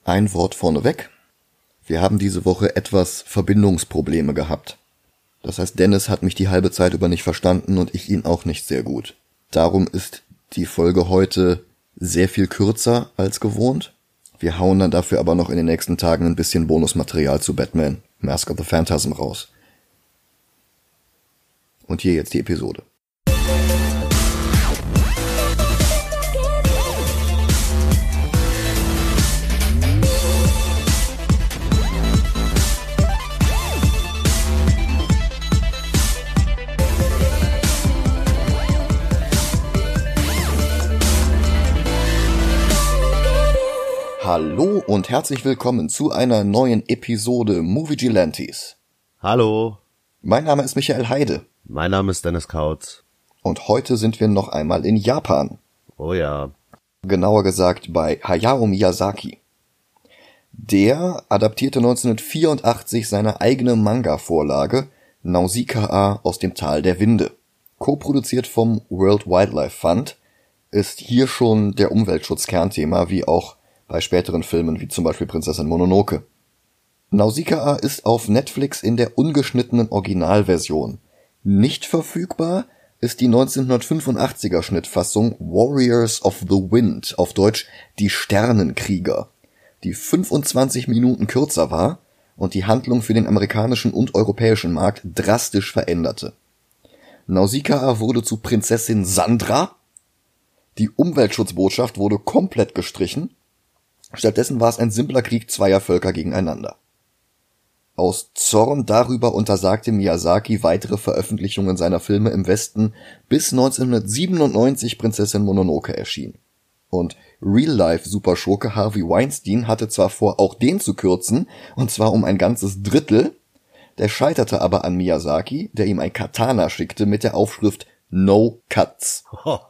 Ein Wort vorneweg. Wir haben diese Woche etwas Verbindungsprobleme gehabt. Das heißt, Dennis hat mich die halbe Zeit über nicht verstanden und ich ihn auch nicht sehr gut. Darum ist die Folge heute sehr viel kürzer als gewohnt. Wir hauen dann dafür aber noch in den nächsten Tagen ein bisschen Bonusmaterial zu Batman Mask of the Phantasm raus. Und hier jetzt die Episode. Hallo und herzlich willkommen zu einer neuen Episode Movie Gelantes. Hallo. Mein Name ist Michael Heide. Mein Name ist Dennis Kautz. Und heute sind wir noch einmal in Japan. Oh ja. Genauer gesagt bei Hayao Miyazaki. Der adaptierte 1984 seine eigene Manga-Vorlage Nausicaa aus dem Tal der Winde. Co-produziert vom World Wildlife Fund, ist hier schon der Umweltschutz Kernthema, wie auch bei späteren Filmen wie zum Beispiel Prinzessin Mononoke. Nausicaa ist auf Netflix in der ungeschnittenen Originalversion. Nicht verfügbar ist die 1985er Schnittfassung Warriors of the Wind, auf Deutsch Die Sternenkrieger, die 25 Minuten kürzer war und die Handlung für den amerikanischen und europäischen Markt drastisch veränderte. Nausicaa wurde zu Prinzessin Sandra, die Umweltschutzbotschaft wurde komplett gestrichen. Stattdessen war es ein simpler Krieg zweier Völker gegeneinander. Aus Zorn darüber untersagte Miyazaki weitere Veröffentlichungen seiner Filme im Westen, bis 1997 Prinzessin Mononoke erschien. Und Real-Life-Superschurke Harvey Weinstein hatte zwar vor, auch den zu kürzen, und zwar um ein ganzes Drittel, der scheiterte aber an Miyazaki, der ihm ein Katana schickte mit der Aufschrift No Cuts.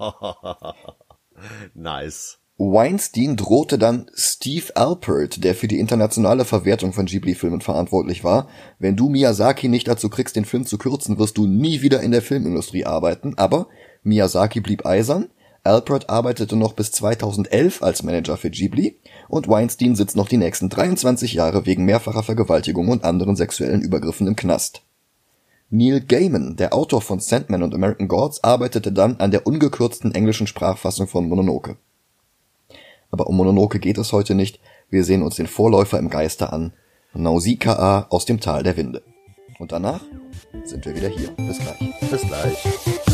Nice. Weinstein drohte dann Steve Alpert, der für die internationale Verwertung von Ghibli-Filmen verantwortlich war: Wenn du Miyazaki nicht dazu kriegst, den Film zu kürzen, wirst du nie wieder in der Filmindustrie arbeiten. Aber Miyazaki blieb eisern, Alpert arbeitete noch bis 2011 als Manager für Ghibli und Weinstein sitzt noch die nächsten 23 Jahre wegen mehrfacher Vergewaltigung und anderen sexuellen Übergriffen im Knast. Neil Gaiman, der Autor von Sandman und American Gods, arbeitete dann an der ungekürzten englischen Sprachfassung von Mononoke. Aber um Mononoke geht es heute nicht. Wir sehen uns den Vorläufer im Geiste an. Nausicaa aus dem Tal der Winde. Und danach sind wir wieder hier. Bis gleich. Bis gleich.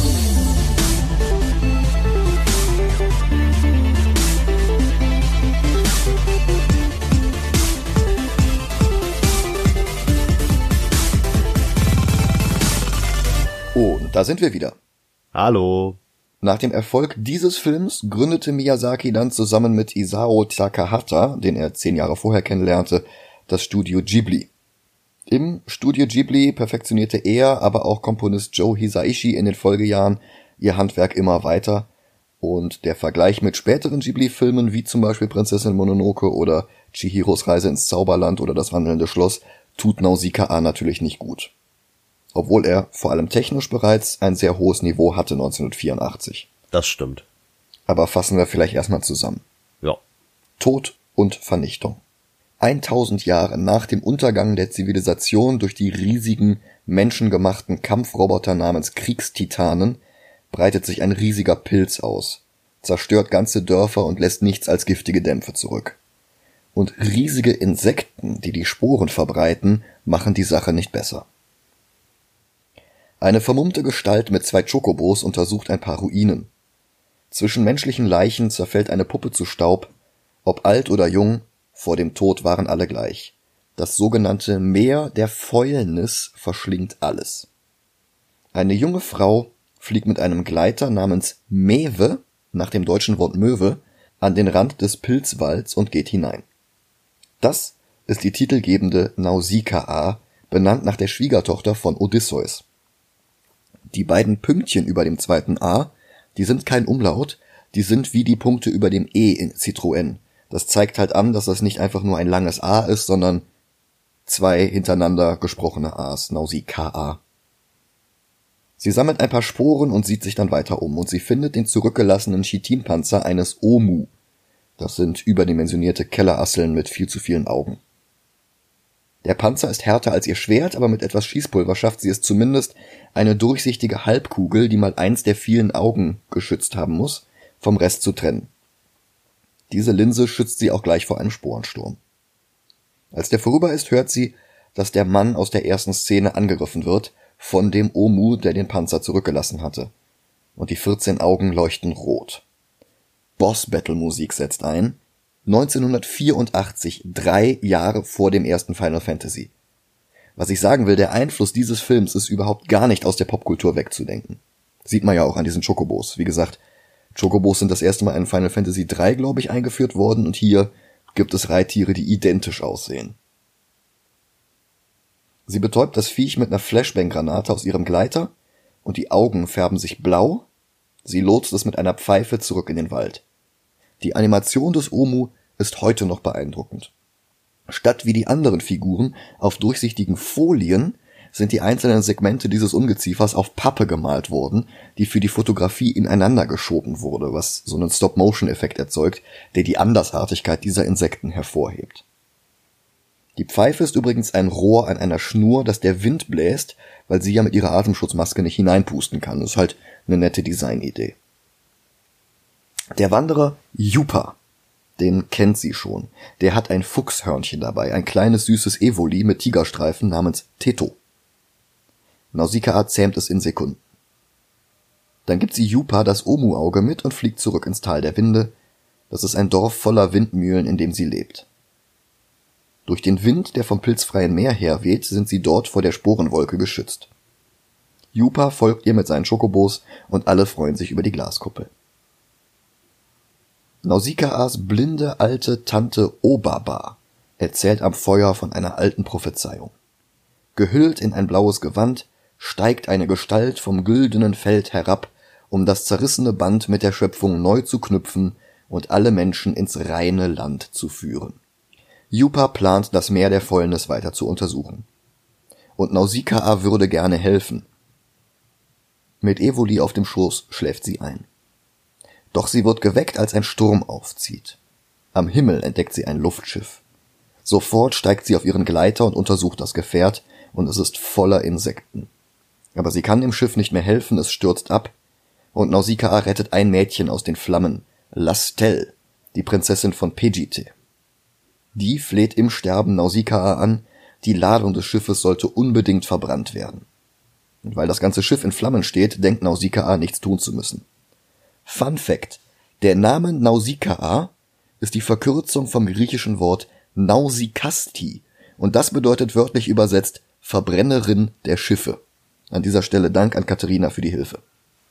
Und da sind wir wieder. Hallo. Nach dem Erfolg dieses Films gründete Miyazaki dann zusammen mit Isao Takahata, den er 10 Jahre vorher kennenlernte, das Studio Ghibli. Im Studio Ghibli perfektionierte er, aber auch Komponist Joe Hisaishi in den Folgejahren ihr Handwerk immer weiter, und der Vergleich mit späteren Ghibli-Filmen wie zum Beispiel Prinzessin Mononoke oder Chihiros Reise ins Zauberland oder Das wandelnde Schloss tut Nausicaa natürlich nicht gut. Obwohl er vor allem technisch bereits ein sehr hohes Niveau hatte 1984. Das stimmt. Aber fassen wir vielleicht erstmal zusammen. Ja. Tod und Vernichtung. 1000 Jahre nach dem Untergang der Zivilisation durch die riesigen, menschengemachten Kampfroboter namens Kriegstitanen breitet sich ein riesiger Pilz aus, zerstört ganze Dörfer und lässt nichts als giftige Dämpfe zurück. Und riesige Insekten, die die Sporen verbreiten, machen die Sache nicht besser. Eine vermummte Gestalt mit 2 Chocobos untersucht ein paar Ruinen. Zwischen menschlichen Leichen zerfällt eine Puppe zu Staub. Ob alt oder jung, vor dem Tod waren alle gleich. Das sogenannte Meer der Fäulnis verschlingt alles. Eine junge Frau fliegt mit einem Gleiter namens Mewe, nach dem deutschen Wort Möwe, an den Rand des Pilzwalds und geht hinein. Das ist die titelgebende Nausicaa, benannt nach der Schwiegertochter von Odysseus. Die beiden Pünktchen über dem zweiten A, die sind kein Umlaut, die sind wie die Punkte über dem E in Citroën. Das zeigt halt an, dass das nicht einfach nur ein langes A ist, sondern 2 hintereinander gesprochene A's, Nausicaa. Sie sammelt ein paar Sporen und sieht sich dann weiter um, und sie findet den zurückgelassenen Chitinpanzer eines Omu. Das sind überdimensionierte Kellerasseln mit viel zu vielen Augen. Der Panzer ist härter als ihr Schwert, aber mit etwas Schießpulver schafft sie es zumindest, eine durchsichtige Halbkugel, die mal eins der vielen Augen geschützt haben muss, vom Rest zu trennen. Diese Linse schützt sie auch gleich vor einem Sporensturm. Als der vorüber ist, hört sie, dass der Mann aus der ersten Szene angegriffen wird, von dem Omu, der den Panzer zurückgelassen hatte. Und die 14 Augen leuchten rot. Boss-Battle-Musik setzt ein. 1984, 3 Jahre vor dem ersten Final Fantasy. Was ich sagen will, der Einfluss dieses Films ist überhaupt gar nicht aus der Popkultur wegzudenken. Sieht man ja auch an diesen Chocobos. Wie gesagt, Chocobos sind das erste Mal in Final Fantasy 3, glaube ich, eingeführt worden und hier gibt es Reittiere, die identisch aussehen. Sie betäubt das Viech mit einer Flashbang-Granate aus ihrem Gleiter und die Augen färben sich blau. Sie lotst es mit einer Pfeife zurück in den Wald. Die Animation des Omu ist heute noch beeindruckend. Statt wie die anderen Figuren auf durchsichtigen Folien sind die einzelnen Segmente dieses Ungeziefers auf Pappe gemalt worden, die für die Fotografie ineinander geschoben wurde, was so einen Stop-Motion-Effekt erzeugt, der die Andersartigkeit dieser Insekten hervorhebt. Die Pfeife ist übrigens ein Rohr an einer Schnur, das der Wind bläst, weil sie ja mit ihrer Atemschutzmaske nicht hineinpusten kann. Das ist halt eine nette Designidee. Der Wanderer Yupa, den kennt sie schon. Der hat ein Fuchshörnchen dabei, ein kleines süßes Evoli mit Tigerstreifen namens Teto. Nausicaa zähmt es in Sekunden. Dann gibt sie Yupa das Omu-Auge mit und fliegt zurück ins Tal der Winde. Das ist ein Dorf voller Windmühlen, in dem sie lebt. Durch den Wind, der vom pilzfreien Meer her weht, sind sie dort vor der Sporenwolke geschützt. Yupa folgt ihr mit seinen Chocobos und alle freuen sich über die Glaskuppel. Nausicaas blinde alte Tante Obaba erzählt am Feuer von einer alten Prophezeiung. Gehüllt in ein blaues Gewand steigt eine Gestalt vom güldenen Feld herab, um das zerrissene Band mit der Schöpfung neu zu knüpfen und alle Menschen ins reine Land zu führen. Yupa plant, das Meer der Fäulnis weiter zu untersuchen. Und Nausicaa würde gerne helfen. Mit Evoli auf dem Schoß schläft sie ein. Doch sie wird geweckt, als ein Sturm aufzieht. Am Himmel entdeckt sie ein Luftschiff. Sofort steigt sie auf ihren Gleiter und untersucht das Gefährt, und es ist voller Insekten. Aber sie kann dem Schiff nicht mehr helfen, es stürzt ab, und Nausicaa rettet ein Mädchen aus den Flammen, Lastel, die Prinzessin von Pejite. Die fleht im Sterben Nausicaa an, die Ladung des Schiffes sollte unbedingt verbrannt werden. Und weil das ganze Schiff in Flammen steht, denkt Nausicaa, nichts tun zu müssen. Fun Fact: Der Name Nausicaa ist die Verkürzung vom griechischen Wort Nausikasti, und das bedeutet wörtlich übersetzt Verbrennerin der Schiffe. An dieser Stelle Dank an Katharina für die Hilfe.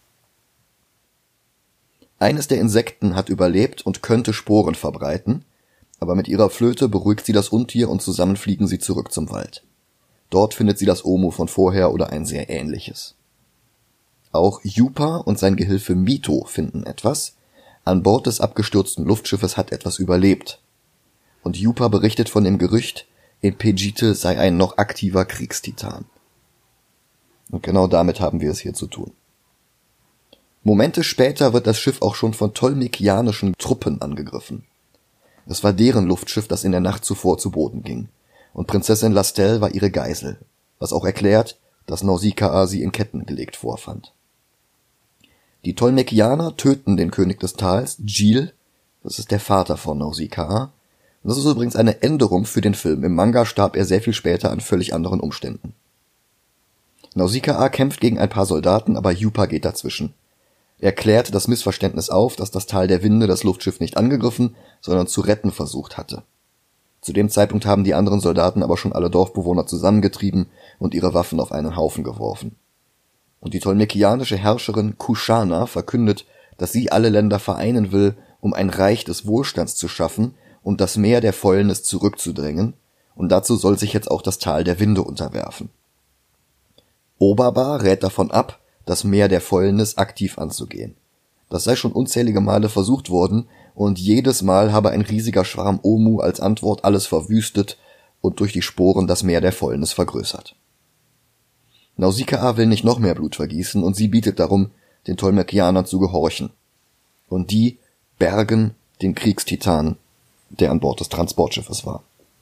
Eines der Insekten hat überlebt und könnte Sporen verbreiten, aber mit ihrer Flöte beruhigt sie das Untier und zusammen fliegen sie zurück zum Wald. Dort findet sie das Omu von vorher oder ein sehr ähnliches. Auch Yupa und sein Gehilfe Mito finden etwas. An Bord des abgestürzten Luftschiffes hat etwas überlebt. Und Yupa berichtet von dem Gerücht, in Pejite sei ein noch aktiver Kriegstitan. Und genau damit haben wir es hier zu tun. Momente später wird das Schiff auch schon von tolmekianischen Truppen angegriffen. Es war deren Luftschiff, das in der Nacht zuvor zu Boden ging. Und Prinzessin Lastel war ihre Geisel, was auch erklärt, dass Nausicaa sie in Ketten gelegt vorfand. Die Tolmekianer töten den König des Tals, Jil, das ist der Vater von Nausicaa. Und das ist übrigens eine Änderung für den Film. Im Manga starb er sehr viel später an völlig anderen Umständen. Nausicaa kämpft gegen ein paar Soldaten, aber Yupa geht dazwischen. Er klärt das Missverständnis auf, dass das Tal der Winde das Luftschiff nicht angegriffen, sondern zu retten versucht hatte. Zu dem Zeitpunkt haben die anderen Soldaten aber schon alle Dorfbewohner zusammengetrieben und ihre Waffen auf einen Haufen geworfen. Und die tolmekianische Herrscherin Kushana verkündet, dass sie alle Länder vereinen will, um ein Reich des Wohlstands zu schaffen und das Meer der Fäulnis zurückzudrängen, und dazu soll sich jetzt auch das Tal der Winde unterwerfen. Obaba rät davon ab, das Meer der Fäulnis aktiv anzugehen. Das sei schon unzählige Male versucht worden, und jedes Mal habe ein riesiger Schwarm Omu als Antwort alles verwüstet und durch die Sporen das Meer der Fäulnis vergrößert. Nausicaa will nicht noch mehr Blut vergießen, und sie bietet darum, den Tolmekianern zu gehorchen. Und die bergen den Kriegstitan, der an Bord des Transportschiffes war.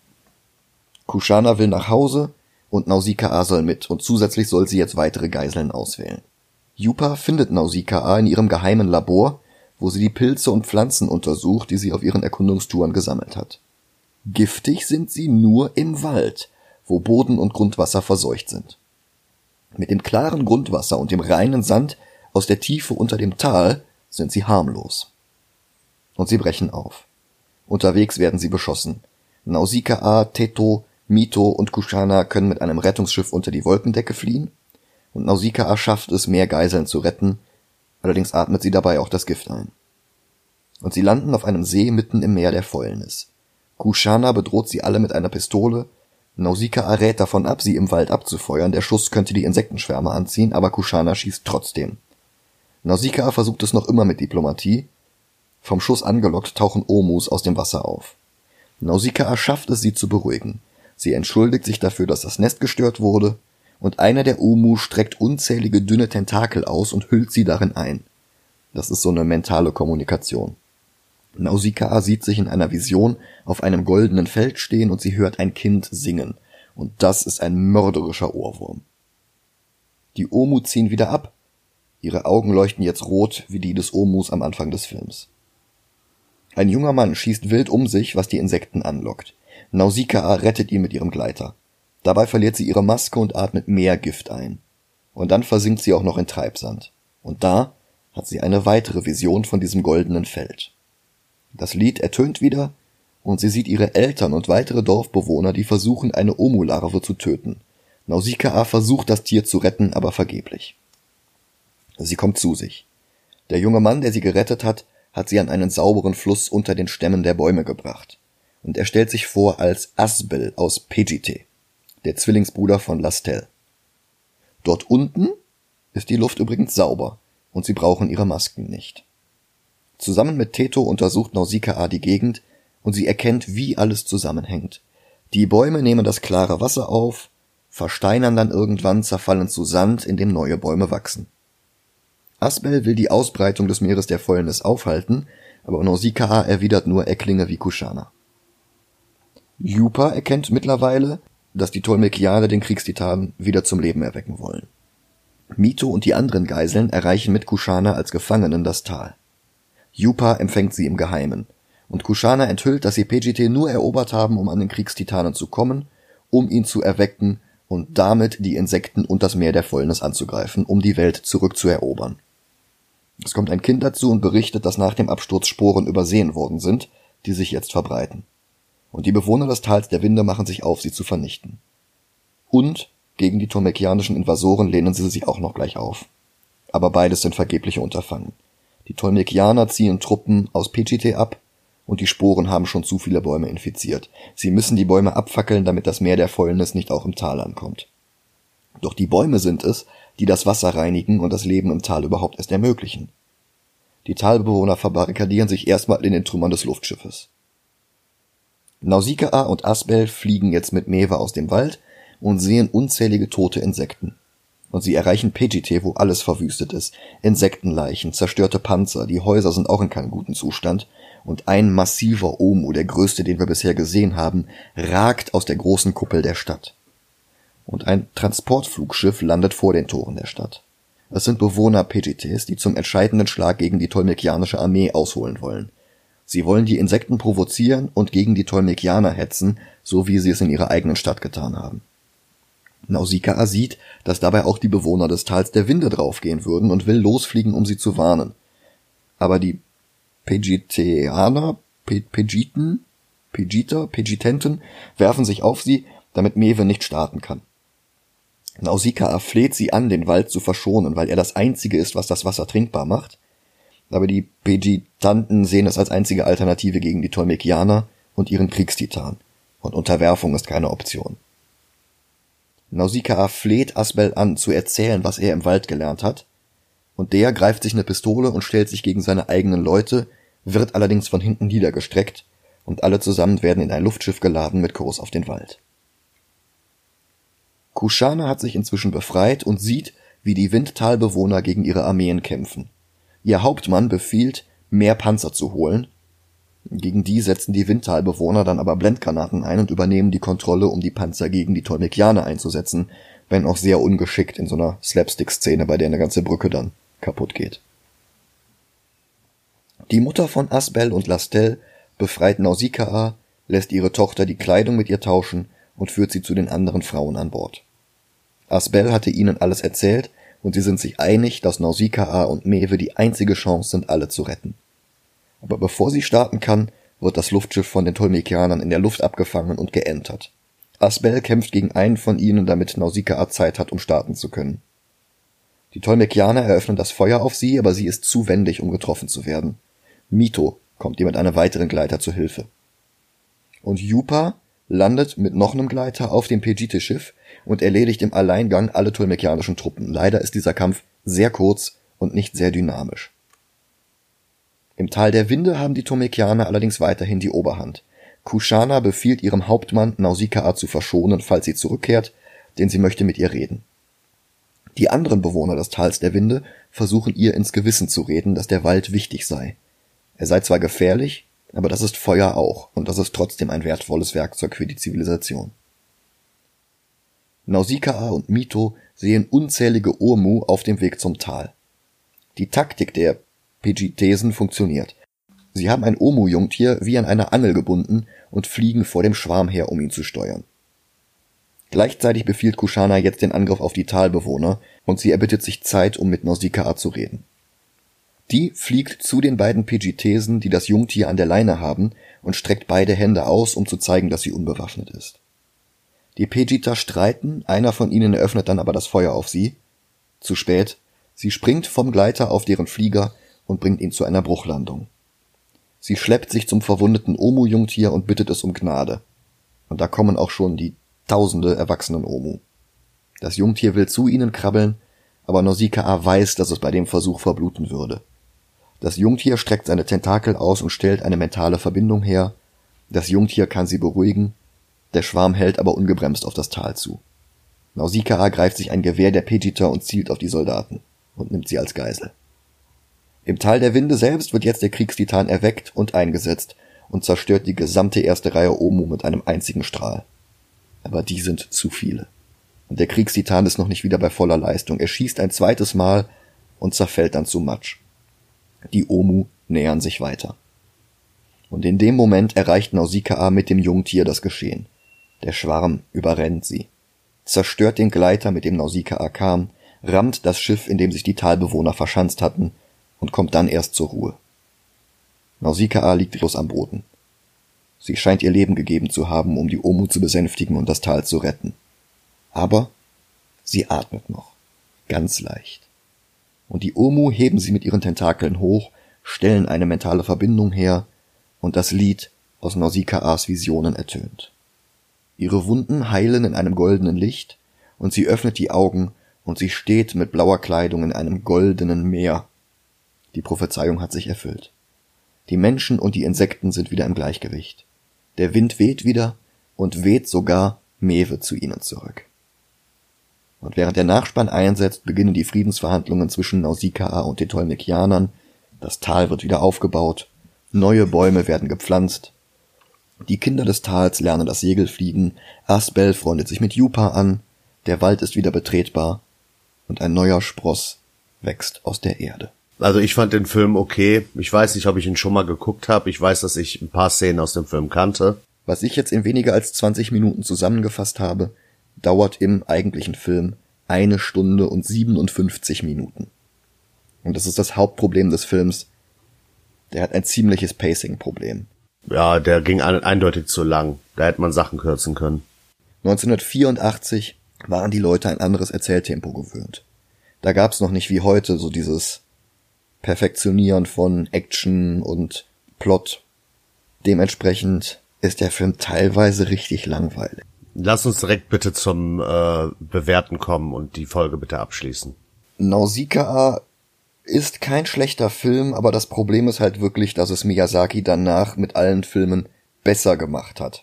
Kushana will nach Hause und Nausicaa soll mit, und zusätzlich soll sie jetzt weitere Geiseln auswählen. Yupa findet Nausicaa in ihrem geheimen Labor, wo sie die Pilze und Pflanzen untersucht, die sie auf ihren Erkundungstouren gesammelt hat. Giftig sind sie nur im Wald, wo Boden und Grundwasser verseucht sind. Mit dem klaren Grundwasser und dem reinen Sand aus der Tiefe unter dem Tal sind sie harmlos. Und sie brechen auf. Unterwegs werden sie beschossen. Nausicaa, Teto, Mito und Kushana können mit einem Rettungsschiff unter die Wolkendecke fliehen, und Nausicaa schafft es, mehr Geiseln zu retten, allerdings atmet sie dabei auch das Gift ein. Und sie landen auf einem See mitten im Meer der Fäulnis. Kushana bedroht sie alle mit einer Pistole, Nausicaa rät davon ab, sie im Wald abzufeuern, der Schuss könnte die Insektenschwärme anziehen, aber Kushana schießt trotzdem. Nausicaa versucht es noch immer mit Diplomatie. Vom Schuss angelockt tauchen Omus aus dem Wasser auf. Nausicaa schafft es, sie zu beruhigen. Sie entschuldigt sich dafür, dass das Nest gestört wurde, und einer der Omu streckt unzählige dünne Tentakel aus und hüllt sie darin ein. Das ist so eine mentale Kommunikation. Nausicaa sieht sich in einer Vision auf einem goldenen Feld stehen und sie hört ein Kind singen. Und das ist ein mörderischer Ohrwurm. Die Omu ziehen wieder ab. Ihre Augen leuchten jetzt rot wie die des Omus am Anfang des Films. Ein junger Mann schießt wild um sich, was die Insekten anlockt. Nausicaa rettet ihn mit ihrem Gleiter. Dabei verliert sie ihre Maske und atmet mehr Gift ein. Und dann versinkt sie auch noch in Treibsand. Und da hat sie eine weitere Vision von diesem goldenen Feld. Das Lied ertönt wieder, und sie sieht ihre Eltern und weitere Dorfbewohner, die versuchen, eine Omu-Larve zu töten. Nausicaa versucht, das Tier zu retten, aber vergeblich. Sie kommt zu sich. Der junge Mann, der sie gerettet hat sie an einen sauberen Fluss unter den Stämmen der Bäume gebracht. Und er stellt sich vor als Asbel aus Pejite, der Zwillingsbruder von Lastel. Dort unten ist die Luft übrigens sauber, und sie brauchen ihre Masken nicht. Zusammen mit Teto untersucht Nausicaa die Gegend, und sie erkennt, wie alles zusammenhängt. Die Bäume nehmen das klare Wasser auf, versteinern dann irgendwann, zerfallen zu Sand, in dem neue Bäume wachsen. Asbel will die Ausbreitung des Meeres der Fäulnis aufhalten, aber Nausicaa erwidert nur, er klinge wie Kushana. Yupa erkennt mittlerweile, dass die Tolmekianer den Kriegstitan wieder zum Leben erwecken wollen. Mito und die anderen Geiseln erreichen mit Kushana als Gefangenen das Tal. Yupa empfängt sie im Geheimen, und Kushana enthüllt, dass sie Pejite nur erobert haben, um an den Kriegstitanen zu kommen, um ihn zu erwecken und damit die Insekten und das Meer der Fäulnis anzugreifen, um die Welt zurückzuerobern. Es kommt ein Kind dazu und berichtet, dass nach dem Absturz Sporen übersehen worden sind, die sich jetzt verbreiten. Und die Bewohner des Tals der Winde machen sich auf, sie zu vernichten. Und gegen die tolmekianischen Invasoren lehnen sie sich auch noch gleich auf. Aber beides sind vergebliche Unterfangen. Die Tolmekianer ziehen Truppen aus Pejite ab, und die Sporen haben schon zu viele Bäume infiziert. Sie müssen die Bäume abfackeln, damit das Meer der Fäulnis nicht auch im Tal ankommt. Doch die Bäume sind es, die das Wasser reinigen und das Leben im Tal überhaupt erst ermöglichen. Die Talbewohner verbarrikadieren sich erstmal in den Trümmern des Luftschiffes. Nausicaa und Asbel fliegen jetzt mit Mewe aus dem Wald und sehen unzählige tote Insekten. Und sie erreichen Pejite, wo alles verwüstet ist. Insektenleichen, zerstörte Panzer, die Häuser sind auch in keinem guten Zustand. Und ein massiver Omu, der größte, den wir bisher gesehen haben, ragt aus der großen Kuppel der Stadt. Und ein Transportflugschiff landet vor den Toren der Stadt. Es sind Bewohner Pejites, die zum entscheidenden Schlag gegen die tolmekianische Armee ausholen wollen. Sie wollen die Insekten provozieren und gegen die Tolmekianer hetzen, so wie sie es in ihrer eigenen Stadt getan haben. Nausicaa sieht, dass dabei auch die Bewohner des Tals der Winde draufgehen würden und will losfliegen, um sie zu warnen. Aber die Pejiteaner, Pejitenten werfen sich auf sie, damit Mewe nicht starten kann. Nausicaa fleht sie an, den Wald zu verschonen, weil er das Einzige ist, was das Wasser trinkbar macht. Aber die Pejitanten sehen es als einzige Alternative gegen die Tolmekianer und ihren Kriegstitan. Und Unterwerfung ist keine Option. Nausicaa fleht Asbel an, zu erzählen, was er im Wald gelernt hat. Und der greift sich eine Pistole und stellt sich gegen seine eigenen Leute, wird allerdings von hinten niedergestreckt, und alle zusammen werden in ein Luftschiff geladen mit Kurs auf den Wald. Kushana hat sich inzwischen befreit und sieht, wie die Windtalbewohner gegen ihre Armeen kämpfen. Ihr Hauptmann befiehlt, mehr Panzer zu holen, Gegen die setzen die Windtalbewohner dann aber Blendgranaten ein und übernehmen die Kontrolle, um die Panzer gegen die Tolmekianer einzusetzen, wenn auch sehr ungeschickt in so einer Slapstick-Szene, bei der eine ganze Brücke dann kaputt geht. Die Mutter von Asbel und Lastel befreit Nausikaa, lässt ihre Tochter die Kleidung mit ihr tauschen und führt sie zu den anderen Frauen an Bord. Asbel hatte ihnen alles erzählt und sie sind sich einig, dass Nausikaa und Mewe die einzige Chance sind, alle zu retten. Aber bevor sie starten kann, wird das Luftschiff von den Tolmekianern in der Luft abgefangen und geentert. Asbel kämpft gegen einen von ihnen, damit Nausikaa Zeit hat, um starten zu können. Die Tolmekianer eröffnen das Feuer auf sie, aber sie ist zu wendig, um getroffen zu werden. Mito kommt ihr mit einem weiteren Gleiter zu Hilfe. Und Jupa landet mit noch einem Gleiter auf dem Pejite-Schiff und erledigt im Alleingang alle tolmekianischen Truppen. Leider ist dieser Kampf sehr kurz und nicht sehr dynamisch. Im Tal der Winde haben die Tolmekianer allerdings weiterhin die Oberhand. Kushana befiehlt ihrem Hauptmann, Nausikaa zu verschonen, falls sie zurückkehrt, denn sie möchte mit ihr reden. Die anderen Bewohner des Tals der Winde versuchen ihr ins Gewissen zu reden, dass der Wald wichtig sei. Er sei zwar gefährlich, aber das ist Feuer auch, und das ist trotzdem ein wertvolles Werkzeug für die Zivilisation. Nausikaa und Mito sehen unzählige Omu auf dem Weg zum Tal. Die Taktik der Pejitesen funktioniert. Sie haben ein Omu-Jungtier wie an einer Angel gebunden und fliegen vor dem Schwarm her, um ihn zu steuern. Gleichzeitig befiehlt Kushana jetzt den Angriff auf die Talbewohner und sie erbittet sich Zeit, um mit Nausikaa zu reden. Die fliegt zu den beiden Pejitesen, die das Jungtier an der Leine haben, und streckt beide Hände aus, um zu zeigen, dass sie unbewaffnet ist. Die Pejiter streiten, einer von ihnen eröffnet dann aber das Feuer auf sie. Zu spät, sie springt vom Gleiter auf deren Flieger und bringt ihn zu einer Bruchlandung. Sie schleppt sich zum verwundeten Omu-Jungtier und bittet es um Gnade. Und da kommen auch schon die tausende erwachsenen Omu. Das Jungtier will zu ihnen krabbeln, aber Nausikaa weiß, dass es bei dem Versuch verbluten würde. Das Jungtier streckt seine Tentakel aus und stellt eine mentale Verbindung her. Das Jungtier kann sie beruhigen, der Schwarm hält aber ungebremst auf das Tal zu. Nausikaa greift sich ein Gewehr der Pejiter und zielt auf die Soldaten und nimmt sie als Geisel. Im Tal der Winde selbst wird jetzt der Kriegstitan erweckt und eingesetzt und zerstört die gesamte erste Reihe Omu mit einem einzigen Strahl. Aber die sind zu viele. Und der Kriegstitan ist noch nicht wieder bei voller Leistung. Er schießt ein zweites Mal und zerfällt dann zu Matsch. Die Omu nähern sich weiter. Und in dem Moment erreicht Nausikaa mit dem Jungtier das Geschehen. Der Schwarm überrennt sie, zerstört den Gleiter, mit dem Nausikaa kam, rammt das Schiff, in dem sich die Talbewohner verschanzt hatten, und kommt dann erst zur Ruhe. Nausikaa liegt bloß am Boden. Sie scheint ihr Leben gegeben zu haben, um die Omu zu besänftigen und das Tal zu retten. Aber sie atmet noch, ganz leicht. Und die Omu heben sie mit ihren Tentakeln hoch, stellen eine mentale Verbindung her, und das Lied aus Nausikaas Visionen ertönt. Ihre Wunden heilen in einem goldenen Licht, und sie öffnet die Augen, und sie steht mit blauer Kleidung in einem goldenen Meer. Die Prophezeiung hat sich erfüllt. Die Menschen und die Insekten sind wieder im Gleichgewicht. Der Wind weht wieder und weht sogar Mewe zu ihnen zurück. Und während der Nachspann einsetzt, beginnen die Friedensverhandlungen zwischen Nausikaa und den Tolmekianern. Das Tal wird wieder aufgebaut, neue Bäume werden gepflanzt. Die Kinder des Tals lernen das Segelfliegen, Asbel freundet sich mit Jupa an, der Wald ist wieder betretbar und ein neuer Spross wächst aus der Erde. Also ich fand den Film okay. Ich weiß nicht, ob ich ihn schon mal geguckt habe. Ich weiß, dass ich ein paar Szenen aus dem Film kannte. Was ich jetzt in weniger als 20 Minuten zusammengefasst habe, dauert im eigentlichen Film 1 Stunde und 57 Minuten. Und das ist das Hauptproblem des Films. Der hat ein ziemliches Pacing-Problem. Ja, der ging eindeutig zu lang. Da hätte man Sachen kürzen können. 1984 waren die Leute ein anderes Erzähltempo gewöhnt. Da gab's noch nicht wie heute so dieses Perfektionieren von Action und Plot. Dementsprechend ist der Film teilweise richtig langweilig. Lass uns direkt bitte zum Bewerten kommen und die Folge bitte abschließen. Nausikaa ist kein schlechter Film, aber das Problem ist halt wirklich, dass es Miyazaki danach mit allen Filmen besser gemacht hat.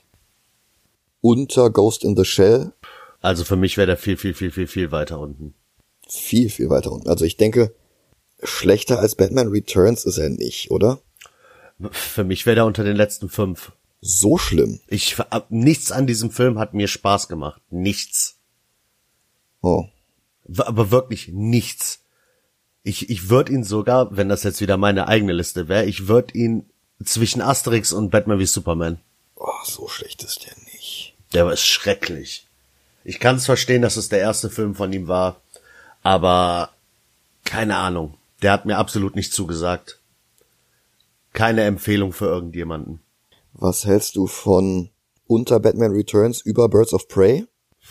Unter Ghost in the Shell? Also für mich wäre der viel weiter unten. Viel weiter unten. Also ich denke, schlechter als Batman Returns ist er nicht, oder? Für mich wäre der unter den letzten 5. So schlimm. Nichts an diesem Film hat mir Spaß gemacht. Nichts. Oh. Aber wirklich nichts. Ich würde ihn sogar, wenn das jetzt wieder meine eigene Liste wäre, ich würde ihn zwischen Asterix und Batman wie Superman. Oh, so schlecht ist der nicht. Der war schrecklich. Ich kann es verstehen, dass es der erste Film von ihm war, aber keine Ahnung. Der hat mir absolut nicht zugesagt. Keine Empfehlung für irgendjemanden. Was hältst du von unter Batman Returns über Birds of Prey?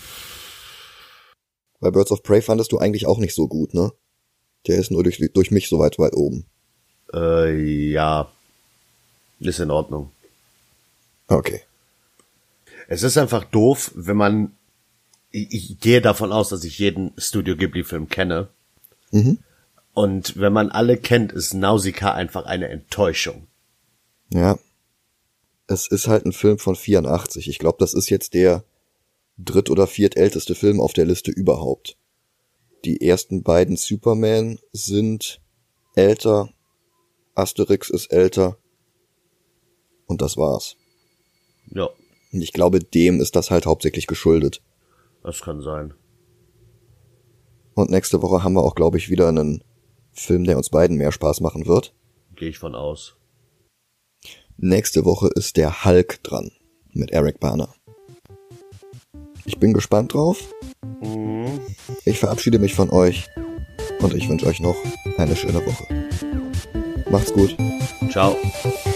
Weil Birds of Prey fandest du eigentlich auch nicht so gut, ne? Der ist nur durch mich so weit oben. Ja. Ist in Ordnung. Okay. Es ist einfach doof, wenn man... Ich gehe davon aus, dass ich jeden Studio Ghibli-Film kenne. Mhm. Und wenn man alle kennt, ist Nausicaa einfach eine Enttäuschung. Ja. Es ist halt ein Film von 84. Ich glaube, das ist jetzt der dritt- oder viertälteste Film auf der Liste überhaupt. Die ersten beiden Superman sind älter, Asterix ist älter und das war's. Ja. Und ich glaube, dem ist das halt hauptsächlich geschuldet. Das kann sein. Und nächste Woche haben wir auch, glaube ich, wieder einen Film, der uns beiden mehr Spaß machen wird. Gehe ich von aus. Nächste Woche ist der Hulk dran mit Eric Bana. Ich bin gespannt drauf. Ich verabschiede mich von euch und ich wünsche euch noch eine schöne Woche. Macht's gut. Ciao.